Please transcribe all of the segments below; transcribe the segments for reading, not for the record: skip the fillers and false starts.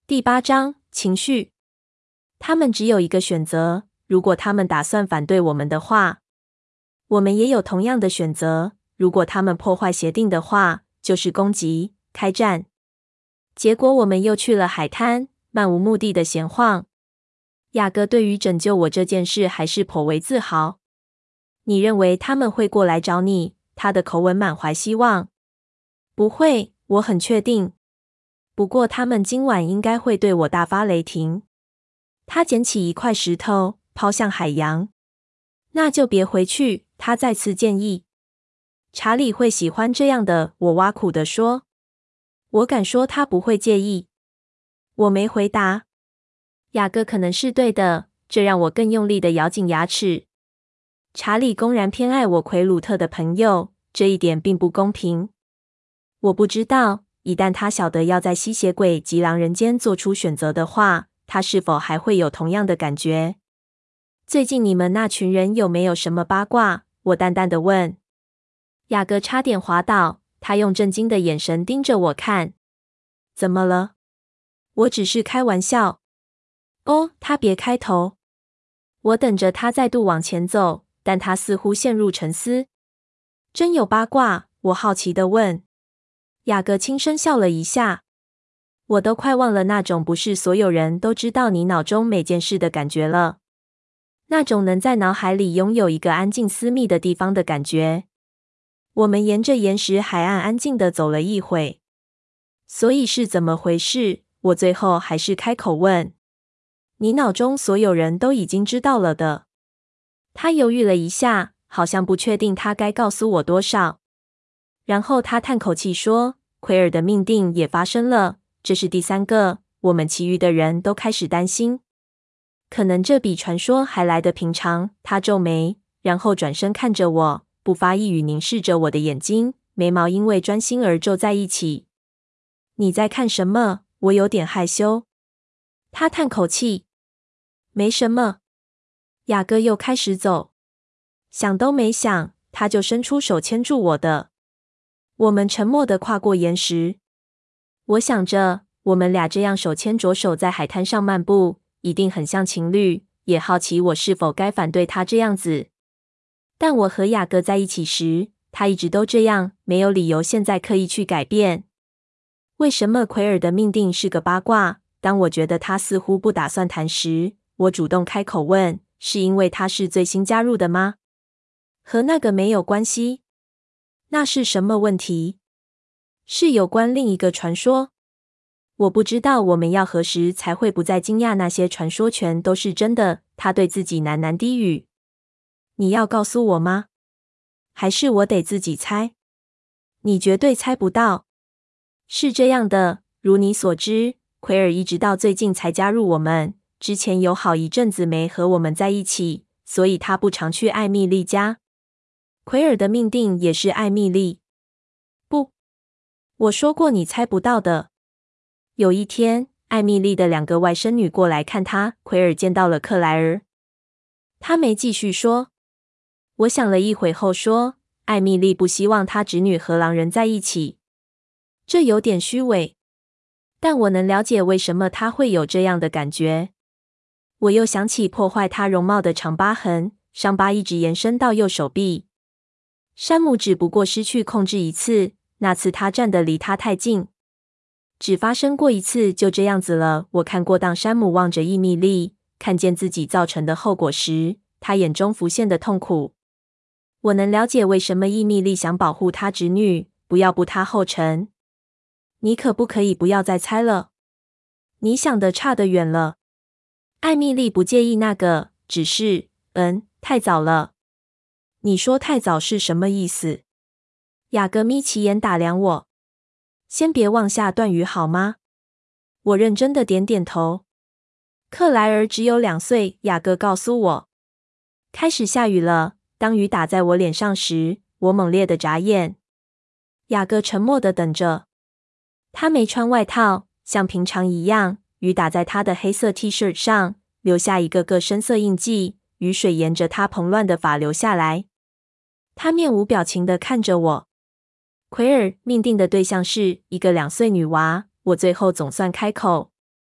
第8章情绪。他们只有一个选择，如果他们打算反对我们的话。我们也有同样的选择，如果他们破坏协定的话，就是攻击、开战。结果我们又去了海滩，漫无目的的闲晃。雅各对于拯救我这件事还是颇为自豪。你认为他们会过来找你？他的口吻满怀希望。不会，我很确定。不过他们今晚应该会对我大发雷霆。他捡起一块石头，抛向海洋。那就别回去，他再次建议。查理会喜欢这样的，我挖苦地说。我敢说他不会介意。我没回答。雅各可能是对的，这让我更用力地咬紧牙齿。查理公然偏爱我奎鲁特的朋友，这一点并不公平。我不知道，一旦他晓得要在吸血鬼及狼人间做出选择的话，他是否还会有同样的感觉？最近你们那群人有没有什么八卦？我淡淡地问。雅各差点滑倒，他用震惊的眼神盯着我看。怎么了？我只是开玩笑。哦，他别开头。我等着他再度往前走，但他似乎陷入沉思。真有八卦？我好奇地问。雅各轻声笑了一下。我都快忘了那种不是所有人都知道你脑中每件事的感觉了。那种能在脑海里拥有一个安静私密的地方的感觉。我们沿着岩石海岸安静地走了一会。所以是怎么回事？我最后还是开口问。你脑中所有人都已经知道了的。他犹豫了一下，好像不确定他该告诉我多少。然后他叹口气说，奎尔的命定也发生了，这是第3个，我们其余的人都开始担心。可能这比传说还来得平常。他皱眉，然后转身看着我，不发一语凝视着我的眼睛，眉毛因为专心而皱在一起。你在看什么？我有点害羞。他叹口气。没什么。雅各又开始走。想都没想，他就伸出手牵住我的。我们沉默地跨过岩石。我想着，我们俩这样手牵着手在海滩上漫步，一定很像情侣，也好奇我是否该反对他这样子。但我和雅各在一起时，他一直都这样，没有理由现在刻意去改变。为什么奎尔的命定是个八卦？当我觉得他似乎不打算谈时，我主动开口问，是因为他是最新加入的吗？和那个没有关系。那是什么问题？是有关另一个传说。我不知道我们要何时才会不再惊讶那些传说全都是真的。他对自己喃喃低语。你要告诉我吗？还是我得自己猜？你绝对猜不到。是这样的，如你所知，奎尔一直到最近才加入我们，之前有好一阵子没和我们在一起，所以他不常去艾蜜莉家。奎尔的命定也是艾蜜莉。不，我说过你猜不到的。有一天，艾蜜莉的2个外甥女过来看他，奎尔见到了克莱尔。他没继续说。我想了一会后说，艾蜜莉不希望她侄女和狼人在一起。这有点虚伪，但我能了解为什么她会有这样的感觉。我又想起破坏她容貌的长疤痕，伤疤一直延伸到右手臂。山姆只不过失去控制一次，那次他站得离他太近。只发生过一次，就这样子了。我看过当山姆望着伊蜜莉，看见自己造成的后果时，他眼中浮现的痛苦。我能了解为什么伊蜜莉想保护她侄女，不要步她后尘。你可不可以不要再猜了？你想的差得远了。艾蜜莉不介意那个，只是，太早了。你说太早是什么意思？雅各眯起眼打量我。先别妄下断语好吗？我认真的点点头。克莱尔只有2岁，雅各告诉我。开始下雨了，当雨打在我脸上时，我猛烈的眨眼。雅各沉默的等着。他没穿外套，像平常一样，雨打在他的黑色 T 恤上，留下一个个深色印记，雨水沿着他蓬乱的发流下来。他面无表情地看着我。奎尔命定的对象是一个2岁女娃，我最后总算开口。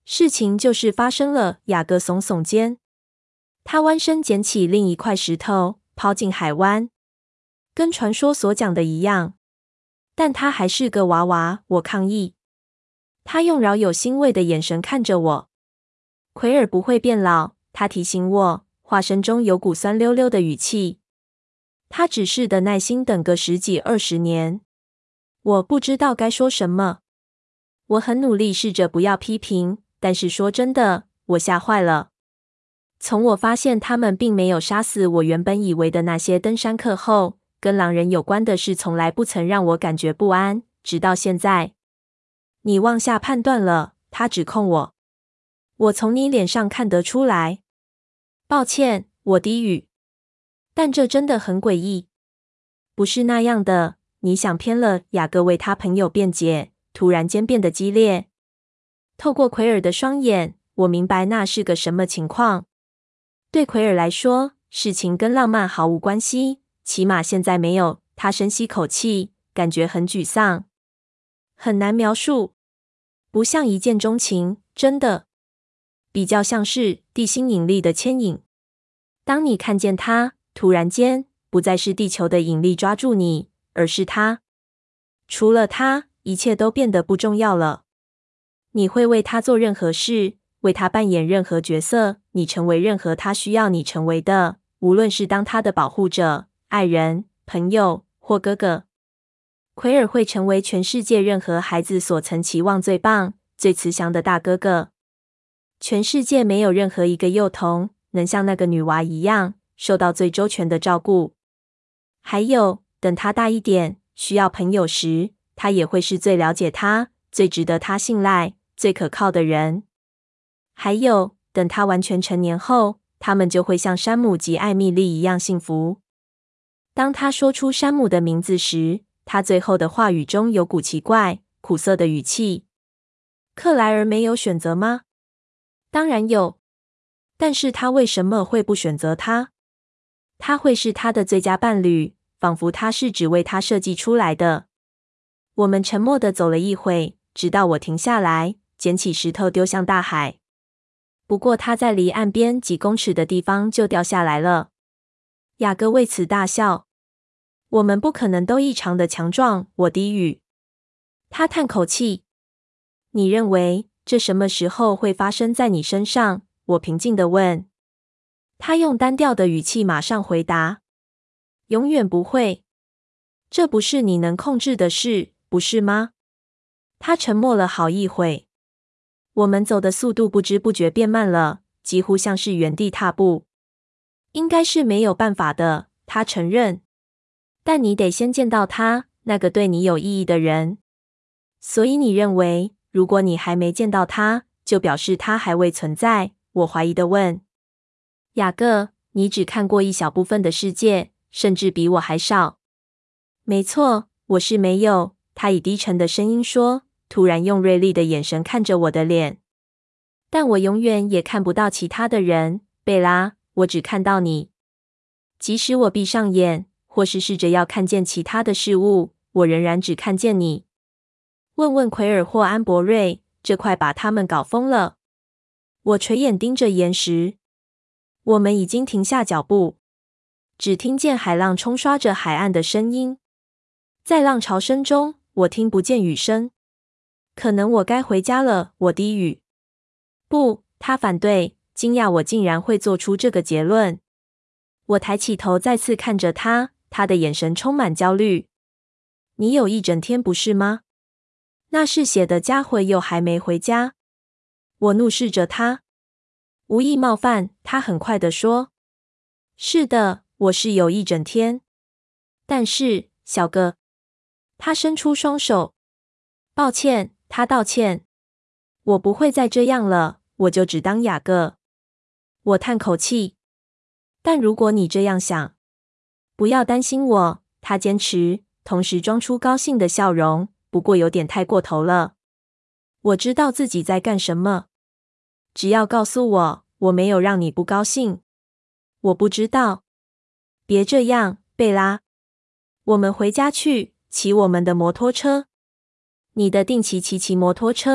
事情就是发生了。雅各耸耸肩，他弯身捡起另一块石头，抛进海湾，跟传说所讲的一样。但他还是个娃娃，我抗议。他用饶有欣慰的眼神看着我。奎尔不会变老，他提醒我，话声中有股酸溜溜的语气。他只是的耐心等个10几20年。我不知道该说什么。我很努力试着不要批评，但是说真的，我吓坏了。从我发现他们并没有杀死我原本以为的那些登山客后，跟狼人有关的事从来不曾让我感觉不安，直到现在。你妄下判断了，他指控我。我从你脸上看得出来。抱歉，我低语。但这真的很诡异。不是那样的，你想偏了。雅各为他朋友辩解，突然间变得激烈。透过奎尔的双眼，我明白那是个什么情况。对奎尔来说，事情跟浪漫毫无关系，起码现在没有。他深吸口气，感觉很沮丧。很难描述，不像一见钟情，真的。比较像是地心引力的牵引。当你看见它，突然间，不再是地球的引力抓住你，而是它。除了它，一切都变得不重要了。你会为它做任何事，为它扮演任何角色，你成为任何它需要你成为的，无论是当他的保护者、爱人、朋友或哥哥。奎尔会成为全世界任何孩子所曾期望最棒、最慈祥的大哥哥。全世界没有任何一个幼童能像那个女娃一样受到最周全的照顾。还有，等他大一点，需要朋友时，他也会是最了解他、最值得他信赖、最可靠的人。还有，等他完全成年后，他们就会像山姆及艾米丽一样幸福。当他说出山姆的名字时，他最后的话语中有股奇怪、苦涩的语气。克莱尔没有选择吗？当然有。但是他为什么会不选择他？他会是他的最佳伴侣，仿佛他是只为他设计出来的。我们沉默地走了一会，直到我停下来，捡起石头丢向大海。不过他在离岸边几公尺的地方就掉下来了。雅各为此大笑。我们不可能都异常的强壮，我低语。他叹口气。你认为这什么时候会发生在你身上？我平静地问。他用单调的语气马上回答：永远不会。这不是你能控制的事，不是吗？他沉默了好一会。我们走的速度不知不觉变慢了，几乎像是原地踏步。应该是没有办法的，他承认。但你得先见到他，那个对你有意义的人。所以你认为，如果你还没见到他，就表示他还未存在？我怀疑地问。雅各，你只看过一小部分的世界，甚至比我还少。没错，我是没有。他以低沉的声音说，突然用锐利的眼神看着我的脸。但我永远也看不到其他的人，贝拉，我只看到你。即使我闭上眼，或是试着要看见其他的事物，我仍然只看见你。问问奎尔或安博瑞，这快把他们搞疯了。我垂眼盯着岩石。我们已经停下脚步，只听见海浪冲刷着海岸的声音。在浪潮声中，我听不见雨声。可能我该回家了，我低语。不，他反对，惊讶我竟然会做出这个结论。我抬起头再次看着他，他的眼神充满焦虑。你有一整天不是吗？那嗜血的家伙又还没回家。我怒视着他。无意冒犯，他很快地说。是的，我是有一整天。但是，小哥。他伸出双手。抱歉，他道歉。我不会再这样了，我就只当雅各。我叹口气。但如果你这样想，不要担心我，他坚持，同时装出高兴的笑容，不过有点太过头了。我知道自己在干什么。只要告诉我，我没有让你不高兴。我不知道。别这样，贝拉。我们回家去，骑我们的摩托车。你的定期骑摩托车，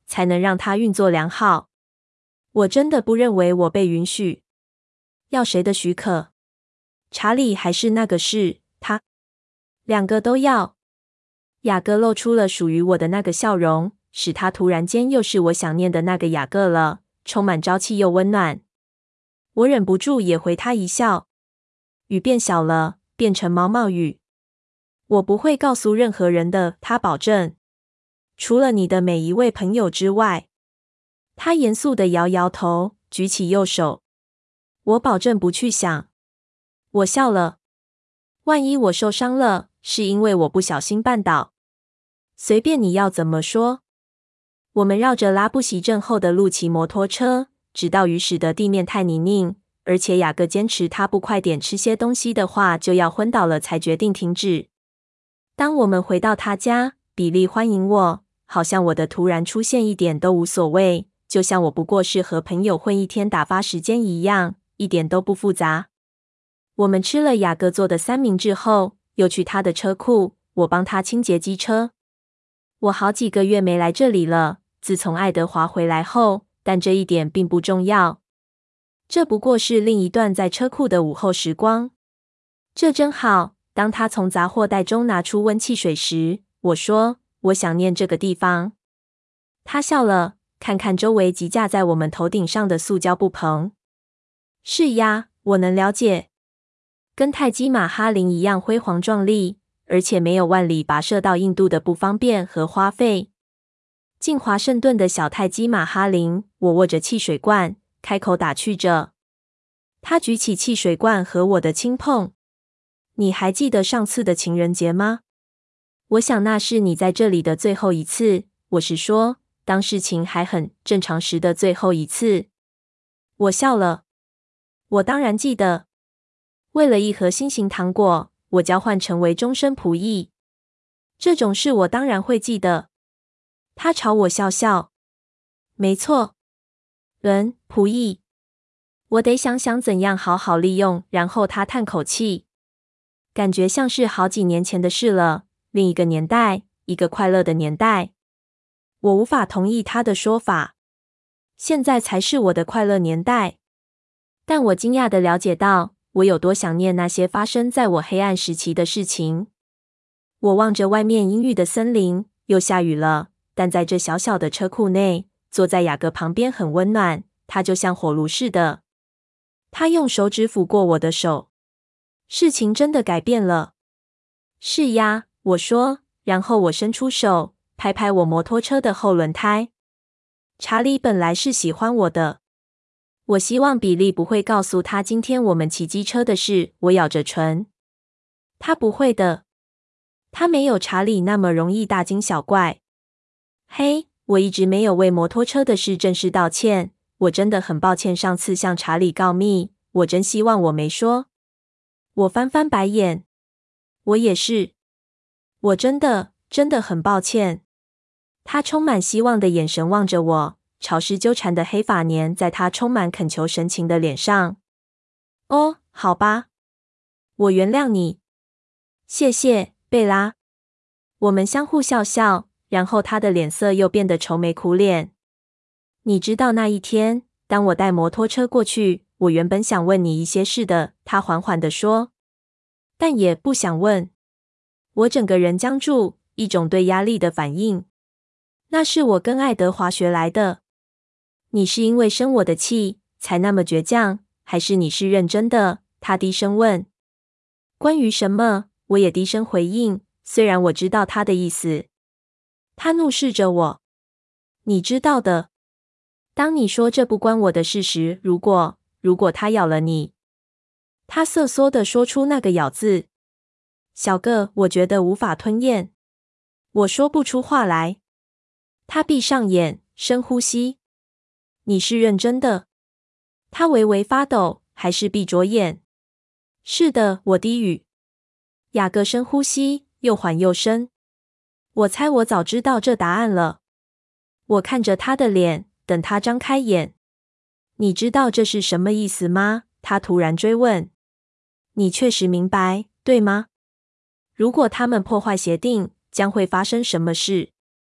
才能让它运作良好。我真的不认为我被允许。要谁的许可？查理还是那个是他？两个都要。雅各露出了属于我的那个笑容，使他突然间又是我想念的那个雅各了，充满朝气又温暖。我忍不住也回他一笑。雨变小了，变成毛毛雨。我不会告诉任何人的，他保证。除了你的每一位朋友之外。他严肃地摇摇头，举起右手。我保证不去想。我笑了。万一我受伤了，是因为我不小心绊倒。随便你要怎么说。我们绕着拉布席镇后的路骑摩托车，直到雨使得地面太泥泞，而且雅各坚持他不快点吃些东西的话就要昏倒了，才决定停止。当我们回到他家，比利欢迎我，好像我的突然出现一点都无所谓，就像我不过是和朋友混一天打发时间一样，一点都不复杂。我们吃了雅各做的三明治后，又去他的车库，我帮他清洁机车。我好几个月没来这里了，自从爱德华回来后，但这一点并不重要。这不过是另一段在车库的午后时光。这真好。当他从杂货袋中拿出温汽水时，我说：“我想念这个地方。”他笑了，看看周围急架在我们头顶上的塑胶布棚。是呀，我能了解。跟泰姬玛哈陵一样辉煌壮丽，而且没有万里跋涉到印度的不方便和花费。进华盛顿的小泰姬玛哈陵，我握着汽水罐，开口打趣着。他举起汽水罐和我的轻碰。你还记得上次的情人节吗？我想那是你在这里的最后一次，我是说，当事情还很正常时的最后一次。我笑了。我当然记得。为了一盒心形糖果，我交换成为终身仆役。这种事我当然会记得。他朝我笑笑。没错。仆役。我得想想怎样好好利用。然后他叹口气。感觉像是好几年前的事了，另一个年代，一个快乐的年代。我无法同意他的说法。现在才是我的快乐年代。但我惊讶地了解到，我有多想念那些发生在我黑暗时期的事情。我望着外面阴郁的森林，又下雨了，但在这小小的车库内，坐在雅各旁边很温暖，他就像火炉似的。他用手指抚过我的手。事情真的改变了。是呀，我说，然后我伸出手，拍拍我摩托车的后轮胎。查理本来是喜欢我的。我希望比利不会告诉他今天我们骑机车的事。我咬着唇。他不会的。他没有查理那么容易大惊小怪。嘿，我一直没有为摩托车的事正式道歉。我真的很抱歉上次向查理告密，我真希望我没说。我翻翻白眼。我也是。我真的很抱歉。他充满希望的眼神望着我，潮湿纠缠的黑发粘在他充满恳求神情的脸上。哦，好吧。我原谅你。谢谢，贝拉。我们相互笑笑，然后他的脸色又变得愁眉苦脸。你知道那一天，当我带摩托车过去，我原本想问你一些事的，他缓缓地说。但也不想问。我整个人僵住，一种对压力的反应。那是我跟爱德华学来的。你是因为生我的气，才那么倔强，还是你是认真的？他低声问。关于什么？我也低声回应，虽然我知道他的意思。他怒视着我。你知道的。当你说这不关我的事时，如果他咬了你。他瑟缩地说出那个咬字。小个，我觉得无法吞咽。我说不出话来。他闭上眼，深呼吸。你是认真的？他微微发抖，还是闭着眼？是的，我低语。雅各深呼吸，又缓又深。我猜我早知道这答案了。我看着他的脸，等他张开眼。你知道这是什么意思吗？他突然追问。你确实明白，对吗？如果他们破坏协定，将会发生什么事？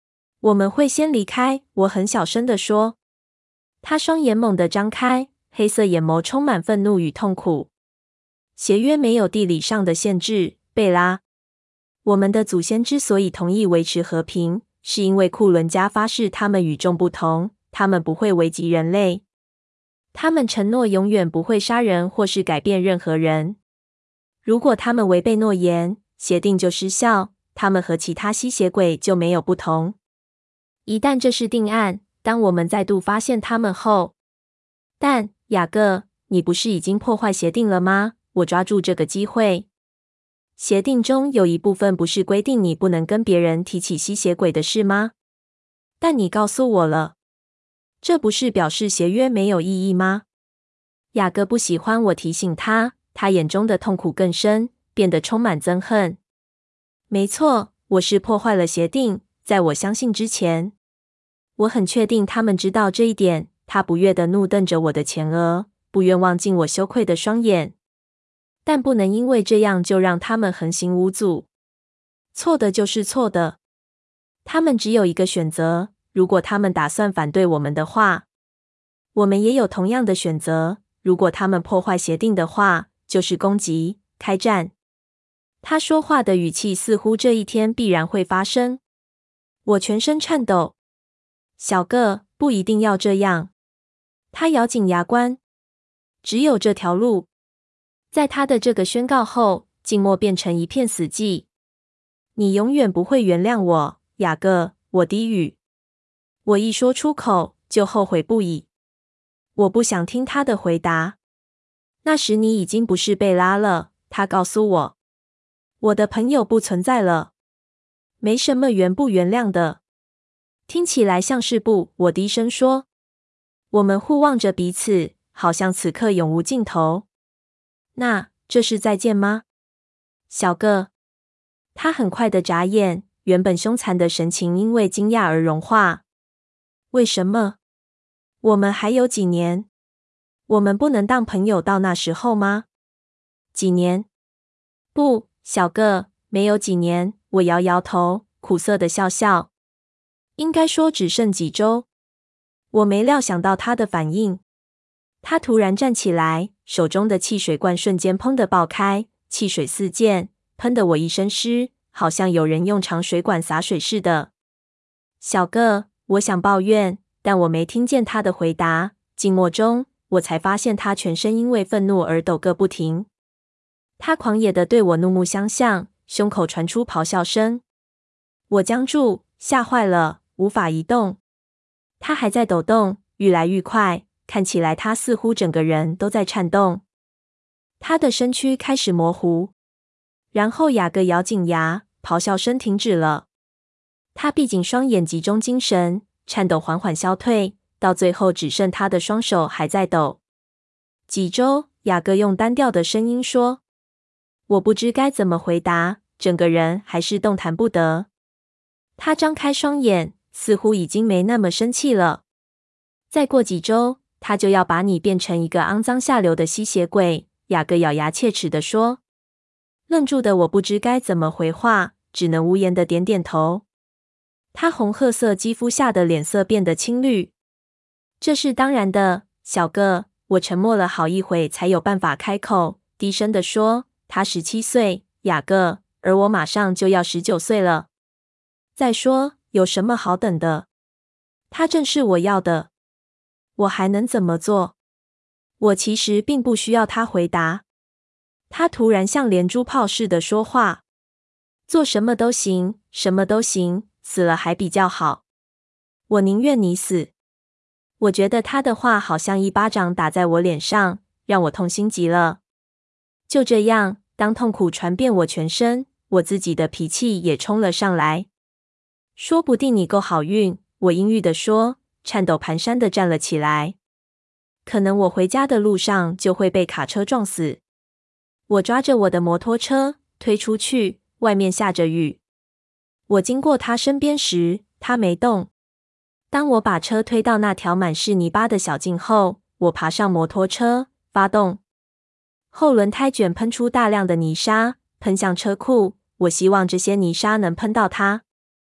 我们会先离开，我很小声地说。他双眼猛地张开，黑色眼眸充满愤怒与痛苦。协约没有地理上的限制，贝拉。我们的祖先之所以同意维持和平，是因为库伦家发誓他们与众不同，他们不会危及人类。他们承诺永远不会杀人或是改变任何人。如果他们违背诺言，协定就失效，他们和其他吸血鬼就没有不同。一旦这是定案，当我们再度发现他们后，但雅各，你不是已经破坏协定了吗？我抓住这个机会。协定中有一部分不是规定你不能跟别人提起吸血鬼的事吗？但你告诉我了，这不是表示协约没有意义吗？雅各不喜欢我提醒他，他眼中的痛苦更深，变得充满憎恨。没错，我是破坏了协定，在我相信之前。我很确定他们知道这一点。他不悦地怒瞪着我的前额，不愿望进我羞愧的双眼。但不能因为这样就让他们横行无阻。错的就是错的。他们只有一个选择，如果他们打算反对我们的话，我们也有同样的选择。如果他们破坏协定的话，就是攻击、开战。他说话的语气似乎这一天必然会发生。我全身颤抖。小个，不一定要这样。他咬紧牙关。只有这条路。在他的这个宣告后，静默变成一片死寂。你永远不会原谅我，雅各，我低语。我一说出口，就后悔不已。我不想听他的回答。那时你已经不是贝拉了，他告诉我。我的朋友不存在了。没什么原不原谅的。听起来像是不，我低声说。我们互望着彼此，好像此刻永无尽头。那，这是再见吗？小个。他很快的眨眼，原本凶残的神情因为惊讶而融化。为什么？我们还有几年？我们不能当朋友到那时候吗？几年？不，小个，没有几年。我摇摇头，苦涩的笑笑。应该说只剩几周。我没料想到他的反应。他突然站起来，手中的汽水罐瞬间砰地爆开，汽水四溅，喷得我一身湿，好像有人用长水管洒水似的。小个，我想抱怨，但我没听见他的回答。静默中，我才发现他全身因为愤怒而抖个不停。他狂野地对我怒目相向，胸口传出咆哮声。我僵住，吓坏了，无法移动。他还在抖动，愈来愈快，看起来他似乎整个人都在颤动。他的身躯开始模糊。然后雅各咬紧牙，咆哮声停止了。他闭紧双眼，集中精神，颤抖缓缓消退，到最后只剩他的双手还在抖。几周，雅各用单调的声音说。我不知该怎么回答，整个人还是动弹不得。他张开双眼，似乎已经没那么生气了。再过几周，他就要把你变成一个肮脏下流的吸血鬼，雅各咬牙切齿地说。愣住的我不知该怎么回话，只能无言的点点头。他红褐色肌肤下的脸色变得青绿。这是当然的，小个。我沉默了好一会才有办法开口，低声地说。他17岁，雅各，而我马上就要19岁了。再说，有什么好等的？他正是我要的。我还能怎么做？我其实并不需要他回答。他突然像连珠炮似的说话。做什么都行，什么都行，死了还比较好。我宁愿你死。我觉得他的话好像一巴掌打在我脸上，让我痛心极了。就这样，当痛苦传遍我全身，我自己的脾气也冲了上来。说不定你够好运，我阴郁地说，颤抖蹒跚地站了起来。可能我回家的路上就会被卡车撞死。我抓着我的摩托车，推出去，外面下着雨。我经过他身边时，他没动。当我把车推到那条满是泥巴的小径后，我爬上摩托车，发动。后轮胎卷喷出大量的泥沙，喷向车库。我希望这些泥沙能喷到他。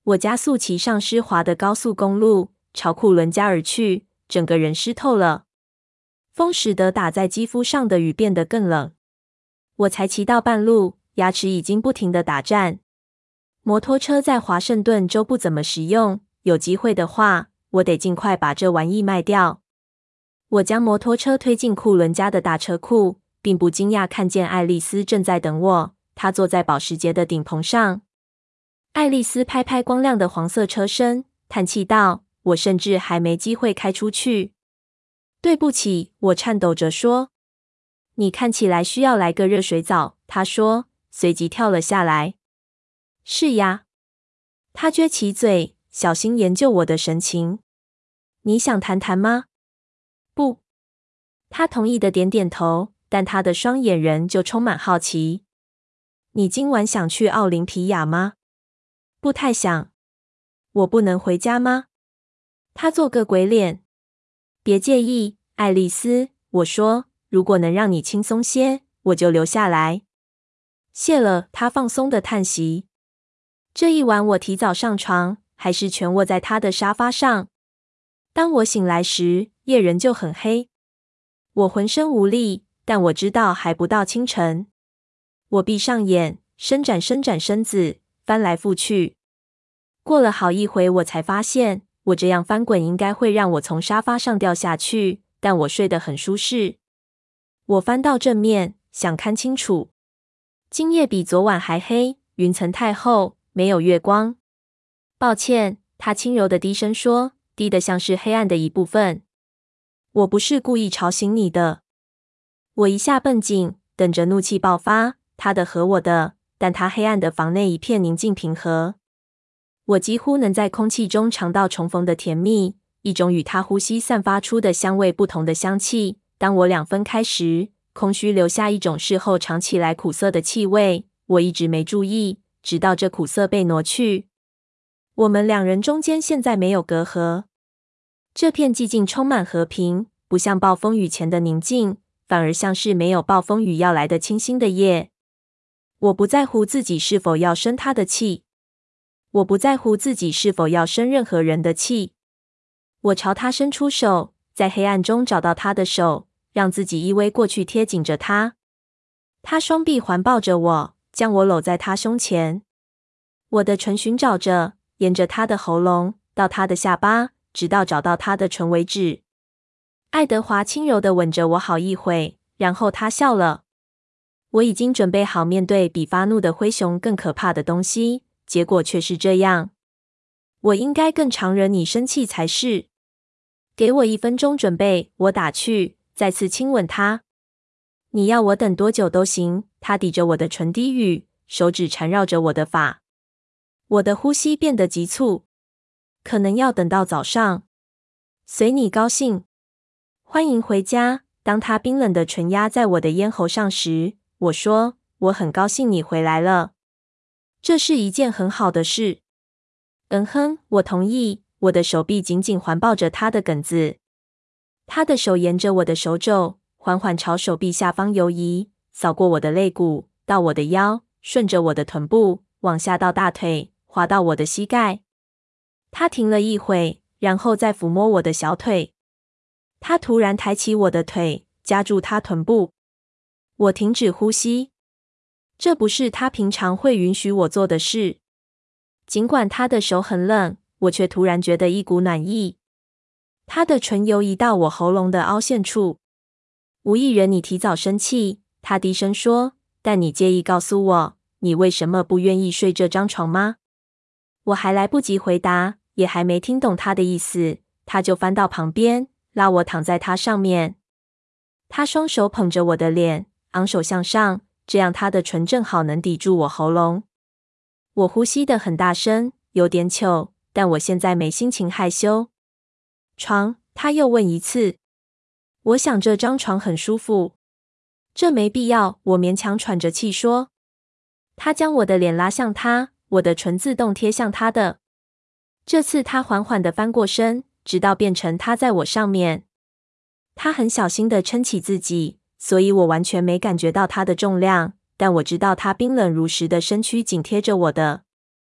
我加速骑上湿滑的高速公路，朝库伦家而去，整个人湿透了。风使得打在肌肤上的雨变得更冷。我才骑到半路，牙齿已经不停地打颤。摩托车在华盛顿州不怎么实用，有机会的话，我得尽快把这玩意卖掉。我将摩托车推进库伦家的大车库，并不惊讶看见爱丽丝正在等我。她坐在保时捷的顶棚上。爱丽丝拍拍光亮的黄色车身，叹气道：“我甚至还没机会开出去。”对不起，我颤抖着说。“你看起来需要来个热水澡。”她说，随即跳了下来。“是呀。”她撅起嘴，小心研究我的神情。“你想谈谈吗？”“不。”她同意的点点头，但她的双眼仍旧充满好奇。“你今晚想去奥林匹亚吗？”“不太想。”“我不能回家吗？”她做个鬼脸。“别介意，爱丽丝。”我说，“如果能让你轻松些，我就留下来。”“谢了。”她放松的叹息。这一晚我提早上床，还是蜷卧在她的沙发上。当我醒来时，夜仍旧很黑。我浑身无力，但我知道还不到清晨。我闭上眼，伸展身子，翻来覆去。过了好一会，我才发现，我这样翻滚应该会让我从沙发上掉下去，但我睡得很舒适。我翻到正面，想看清楚。今夜比昨晚还黑，云层太厚，没有月光。抱歉，他轻柔的低声说，低得像是黑暗的一部分。我不是故意吵醒你的。我一下绷紧，等着怒气爆发，他的和我的，但他黑暗的房内一片宁静平和。我几乎能在空气中尝到重逢的甜蜜，一种与他呼吸散发出的香味不同的香气。当我俩分开时，空虚留下一种事后尝起来苦涩的气味，我一直没注意，直到这苦涩被挪去。我们两人中间现在没有隔阂。这片寂静充满和平，不像暴风雨前的宁静，反而像是没有暴风雨要来的清新的夜。我不在乎自己是否要生他的气，我不在乎自己是否要生任何人的气。我朝他伸出手，在黑暗中找到他的手，让自己依偎过去，贴紧着他。他双臂环抱着我，将我搂在他胸前。我的唇寻找着，沿着他的喉咙到他的下巴，直到找到他的唇为止。爱德华轻柔地吻着我好一会，然后他笑了。我已经准备好面对比发怒的灰熊更可怕的东西，结果却是这样。我应该更常惹你生气才是。给我1分钟准备，我打趣，再次亲吻他。你要我等多久都行，他抵着我的唇低语，手指缠绕着我的发。我的呼吸变得急促，可能要等到早上。随你高兴。欢迎回家。当他冰冷的唇压在我的咽喉上时，我说，我很高兴你回来了。这是一件很好的事。哼，我同意。我的手臂紧紧环抱着他的梗子。他的手沿着我的手肘，缓缓朝手臂下方游移，扫过我的肋骨，到我的腰，顺着我的臀部，往下到大腿，滑到我的膝盖。他停了一会，然后再抚摸我的小腿。他突然抬起我的腿，夹住他臀部。我停止呼吸。这不是他平常会允许我做的事。尽管他的手很冷，我却突然觉得一股暖意。他的唇游移到我喉咙的凹陷处。无意惹你提早生气，他低声说，但你介意告诉我，你为什么不愿意睡这张床吗？我还来不及回答，也还没听懂他的意思，他就翻到旁边，拉我躺在他上面。他双手捧着我的脸，昂首向上，这样他的唇正好能抵住我喉咙。我呼吸得很大声，有点糗，但我现在没心情害羞。床，他又问一次。我想这张床很舒服。这没必要，我勉强喘着气说。他将我的脸拉向他，我的唇自动贴向他的。这次他缓缓地翻过身，直到变成他在我上面。他很小心地撑起自己，所以我完全没感觉到他的重量，但我知道他冰冷如石的身躯紧贴着我的。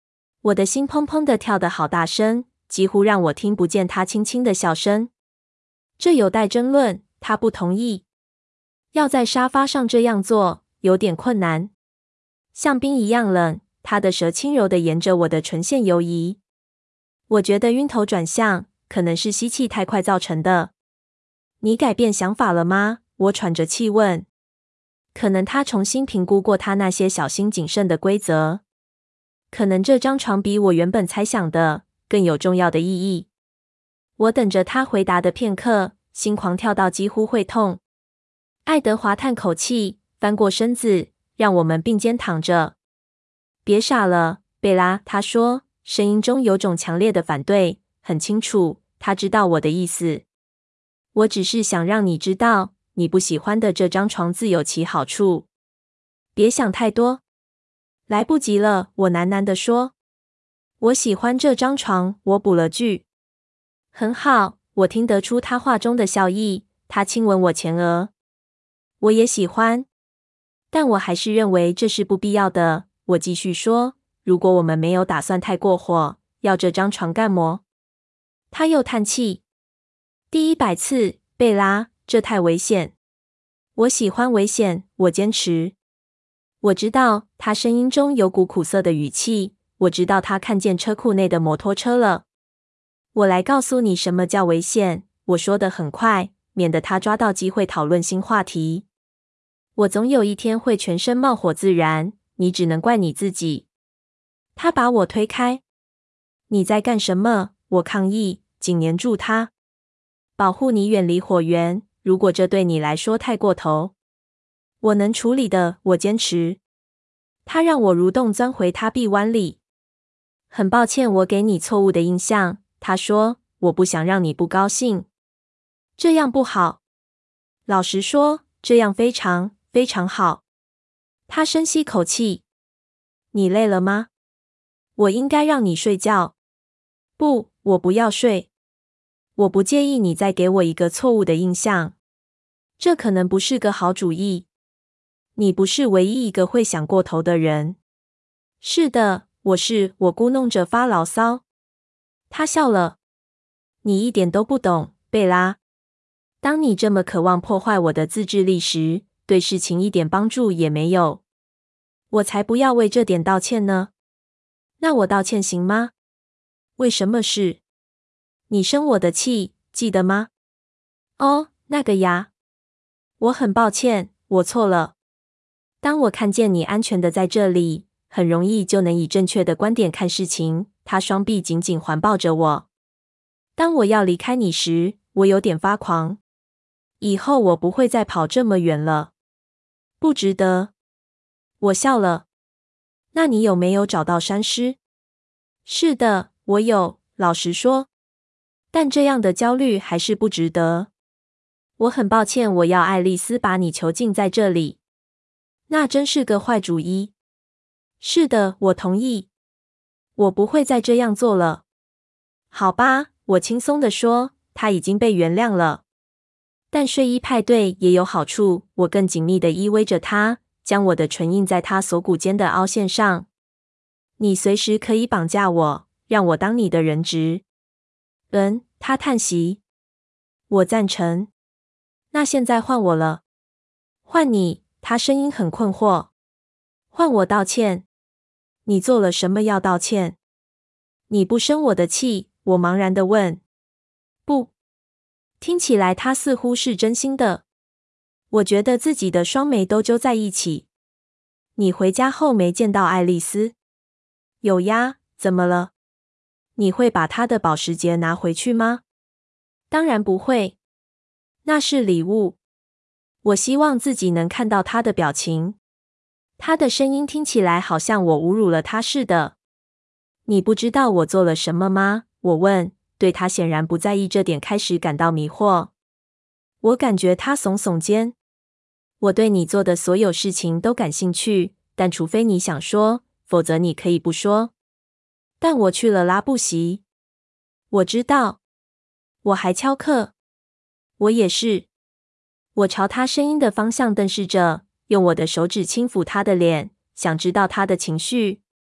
我的心砰砰地跳得好大声，几乎让我听不见他轻轻的笑声。这有待争论，他不同意。要在沙发上这样做，有点困难。像冰一样冷，他的舌轻柔地沿着我的唇线游移。我觉得晕头转向，可能是吸气太快造成的。你改变想法了吗？我喘着气问。可能他重新评估过他那些小心谨慎的规则。可能这张床比我原本猜想的更有重要的意义。我等着他回答的片刻，心狂跳到几乎会痛。爱德华叹口气，翻过身子，让我们并肩躺着。别傻了，贝拉，他说，声音中有种强烈的反对，很清楚，他知道我的意思。我只是想让你知道，你不喜欢的这张床自有其好处。别想太多。来不及了，我喃喃地说。我喜欢这张床，我补了句。很好，我听得出他话中的笑意。他亲吻我前额。我也喜欢，但我还是认为这是不必要的。我继续说，如果我们没有打算太过火，要这张床干么？他又叹气。第100次，贝拉，这太危险。我喜欢危险，我坚持。我知道他声音中有股苦涩的语气，我知道他看见车库内的摩托车了。我来告诉你什么叫危险，我说得很快，免得他抓到机会讨论新话题。我总有一天会全身冒火自燃，你只能怪你自己。他把我推开。你在干什么？我抗议，紧黏住他。保护你远离火源，如果这对你来说太过头。我能处理的，我坚持。他让我蠕动钻回他臂弯里。很抱歉我给你错误的印象，他说，我不想让你不高兴。这样不好。老实说，这样非常非常好。他深吸口气。你累了吗？我应该让你睡觉。不，我不要睡。我不介意你再给我一个错误的印象。这可能不是个好主意。你不是唯一一个会想过头的人。是的，我咕哝着发牢骚。他笑了。你一点都不懂，贝拉。当你这么渴望破坏我的自制力时，对事情一点帮助也没有。我才不要为这点道歉呢。那我道歉行吗？为什么是？你生我的气，记得吗？哦，那个呀。我很抱歉，我错了。当我看见你安全的在这里，很容易就能以正确的观点看事情。他双臂紧紧环抱着我。当我要离开你时，我有点发狂。以后我不会再跑这么远了。不值得。我笑了。那你有没有找到山狮？是的，我有，老实说。但这样的焦虑还是不值得。我很抱歉，我要爱丽丝把你囚禁在这里。那真是个坏主意。是的，我同意。我不会再这样做了。好吧，我轻松地说，他已经被原谅了。但睡衣派对也有好处，我更紧密地依偎着他，将我的唇印在他锁骨间的凹陷上。你随时可以绑架我，让我当你的人质。他叹息。我赞成。那现在换我了。换你，他声音很困惑。换我道歉。你做了什么要道歉？你不生我的气，我茫然地问。不。听起来他似乎是真心的。我觉得自己的双眉都揪在一起。你回家后没见到爱丽丝？有呀，怎么了？你会把她的保时捷拿回去吗？当然不会。那是礼物。我希望自己能看到她的表情。她的声音听起来好像我侮辱了她似的。你不知道我做了什么吗？我问，对她显然不在意这点开始感到迷惑。我感觉她耸耸肩。我对你做的所有事情都感兴趣，但除非你想说，否则你可以不说。但我去了拉布席。我知道。我还翘课。我也是。我朝他声音的方向瞪视着，用我的手指轻抚他的脸，想知道他的情绪。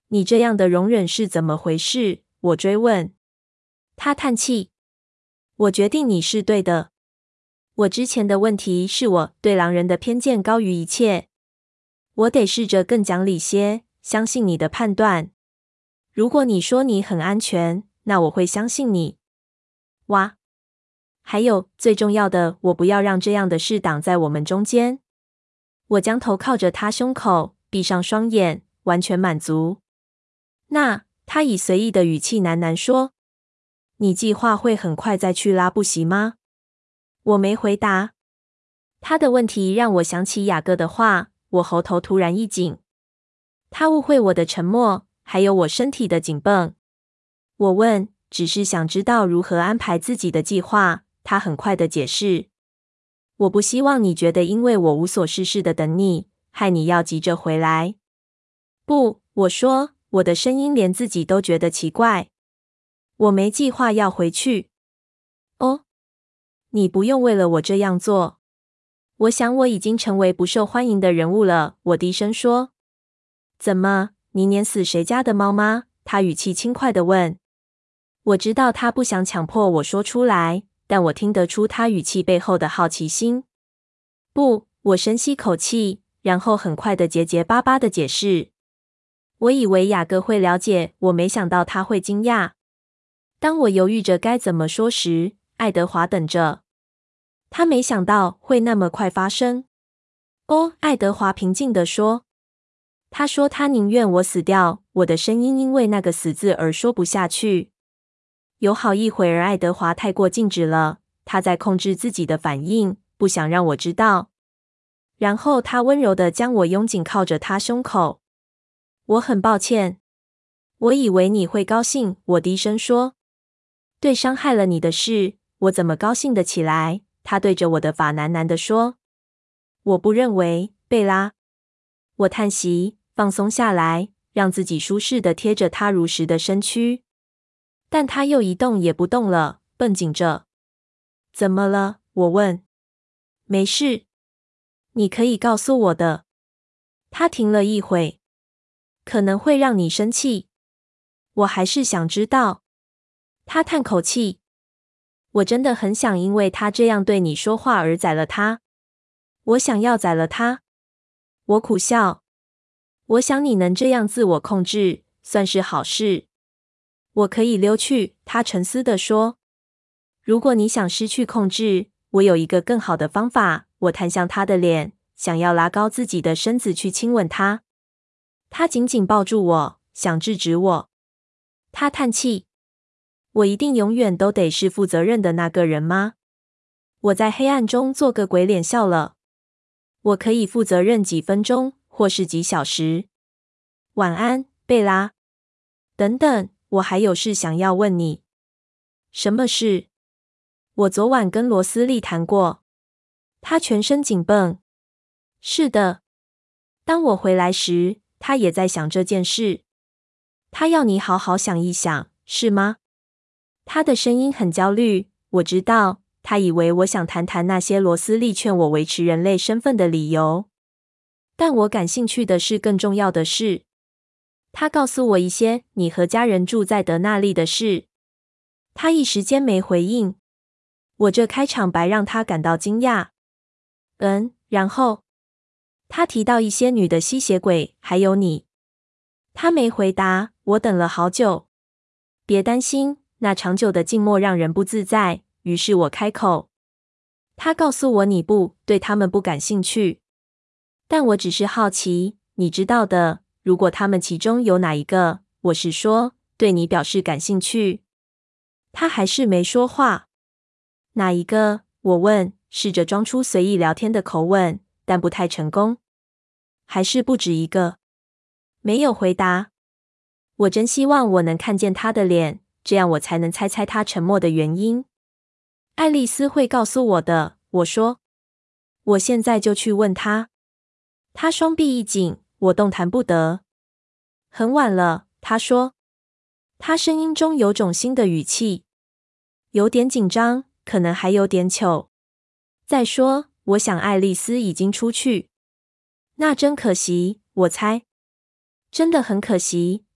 你这样的容忍是怎么回事？我追问。他叹气。我决定你是对的。我之前的问题是我对狼人的偏见高于一切。我得试着更讲理些，相信你的判断。如果你说你很安全，那我会相信你。哇！还有，最重要的，我不要让这样的事挡在我们中间。我将头靠着他胸口，闭上双眼，完全满足。那，他以随意的语气喃喃说：“你计划会很快再去拉布席吗？”我没回答。他的问题让我想起雅各的话，我喉头突然一紧。他误会我的沉默，还有我身体的紧绷。我问，只是想知道如何安排自己的计划。他很快的解释：“我不希望你觉得因为我无所事事的等你，害你要急着回来。”不，我说，我的声音连自己都觉得奇怪。我没计划要回去。哦，你不用为了我这样做。我想我已经成为不受欢迎的人物了，我低声说。怎么，你撵死谁家的猫吗？他语气轻快地问。我知道他不想强迫我说出来，但我听得出他语气背后的好奇心。不，我深吸口气，然后很快的结结巴巴的解释。我以为雅各会了解，我没想到他会惊讶。当我犹豫着该怎么说时，爱德华等着。他没想到会那么快发生。哦，爱德华平静地说。他说他宁愿我死掉。我的声音因为那个死字而说不下去。有好一会儿，爱德华太过静止了，他在控制自己的反应，不想让我知道。然后他温柔地将我拥紧靠着他胸口。我很抱歉。我以为你会高兴，我低声说。对伤害了你的事，我怎么高兴得起来？他对着我的发喃喃地说。我不认为，贝拉。我叹息，放松下来，让自己舒适地贴着他如实的身躯。但他又一动也不动了，绷紧着。怎么了？我问。没事。你可以告诉我的。他停了一会。可能会让你生气。我还是想知道。他叹口气。我真的很想因为他这样对你说话而宰了他。我想要宰了他。我苦笑。我想你能这样自我控制，算是好事。我可以溜去，他沉思地说。如果你想失去控制，我有一个更好的方法。我探向他的脸，想要拉高自己的身子去亲吻他。他紧紧抱住我，想制止我。他叹气。我一定永远都得是负责任的那个人吗？我在黑暗中做个鬼脸笑了。我可以负责任几分钟，或是几小时。晚安，贝拉。等等，我还有事想要问你。什么事？我昨晚跟罗斯利谈过。他全身紧绷。是的。当我回来时，他也在想这件事。他要你好好想一想，是吗？他的声音很焦虑，我知道，他以为我想谈谈那些罗斯利劝我维持人类身份的理由。但我感兴趣的是更重要的事。他告诉我一些你和家人住在德纳利的事。他一时间没回应。我这开场白让他感到惊讶。然后他提到一些女的吸血鬼，还有你。他没回答，我等了好久。别担心，那长久的静默让人不自在，于是我开口。他告诉我你不对他们不感兴趣。但我只是好奇，你知道的，如果他们其中有哪一个，我是说，对你表示感兴趣。他还是没说话。哪一个？我问，试着装出随意聊天的口吻，但不太成功。还是不止一个？没有回答。我真希望我能看见他的脸，这样我才能猜猜他沉默的原因。爱丽丝会告诉我的，我说。我现在就去问他。他双臂一紧，我动弹不得。很晚了，他说。他声音中有种新的语气，有点紧张，可能还有点糗。再说，我想爱丽丝已经出去。那真可惜，我猜。真的很可惜，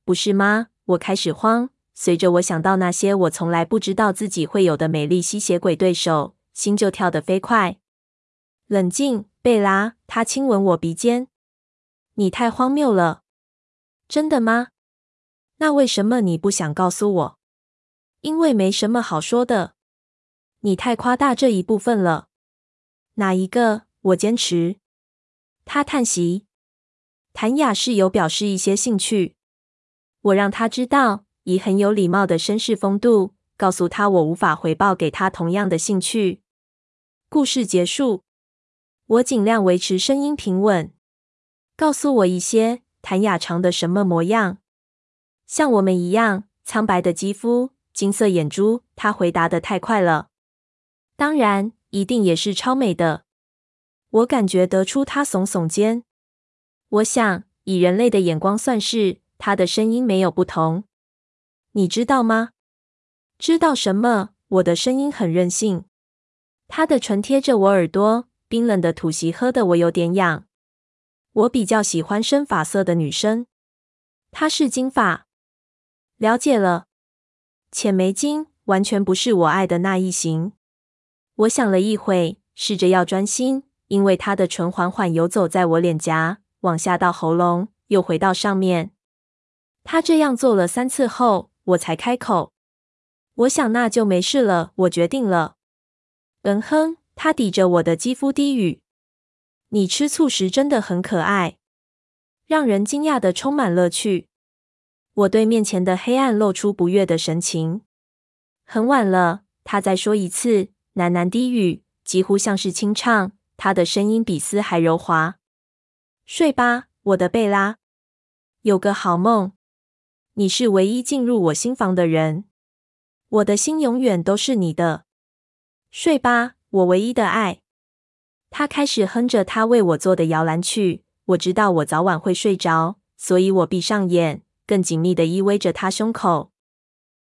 不是吗？我开始慌，随着我想到那些我从来不知道自己会有的美丽吸血鬼对手，心就跳得飞快。冷静，贝拉，他亲吻我鼻尖。你太荒谬了。真的吗？那为什么你不想告诉我？因为没什么好说的。你太夸大这一部分了。哪一个？我坚持。他叹息。谭雅是有表示一些兴趣。我让他知道，以很有礼貌的绅士风度，告诉他我无法回报给他同样的兴趣。故事结束。我尽量维持声音平稳。告诉我一些，谭雅长的什么模样？像我们一样，苍白的肌肤，金色眼珠。他回答得太快了。当然，一定也是超美的。我感觉得出他耸耸肩。我想，以人类的眼光算是，他的声音没有不同。你知道吗？知道什么？我的声音很任性。他的唇贴着我耳朵，冰冷的吐息喝得我有点痒。我比较喜欢深发色的女生。她是金发。了解了。浅眉金完全不是我爱的那一型。我想了一会，试着要专心，因为她的唇缓缓游走在我脸颊，往下到喉咙，又回到上面。她这样做了3次后，我才开口。我想那就没事了，我决定了。哼，她抵着我的肌肤低语。你吃醋时真的很可爱，让人惊讶的充满乐趣。我对面前的黑暗露出不悦的神情。很晚了，他再说一次，喃喃低语，几乎像是清唱，他的声音比丝还柔滑。睡吧，我的贝拉，有个好梦。你是唯一进入我心房的人，我的心永远都是你的。睡吧，我唯一的爱。他开始哼着他为我做的摇篮曲，我知道我早晚会睡着，所以我闭上眼，更紧密地依偎着他胸口。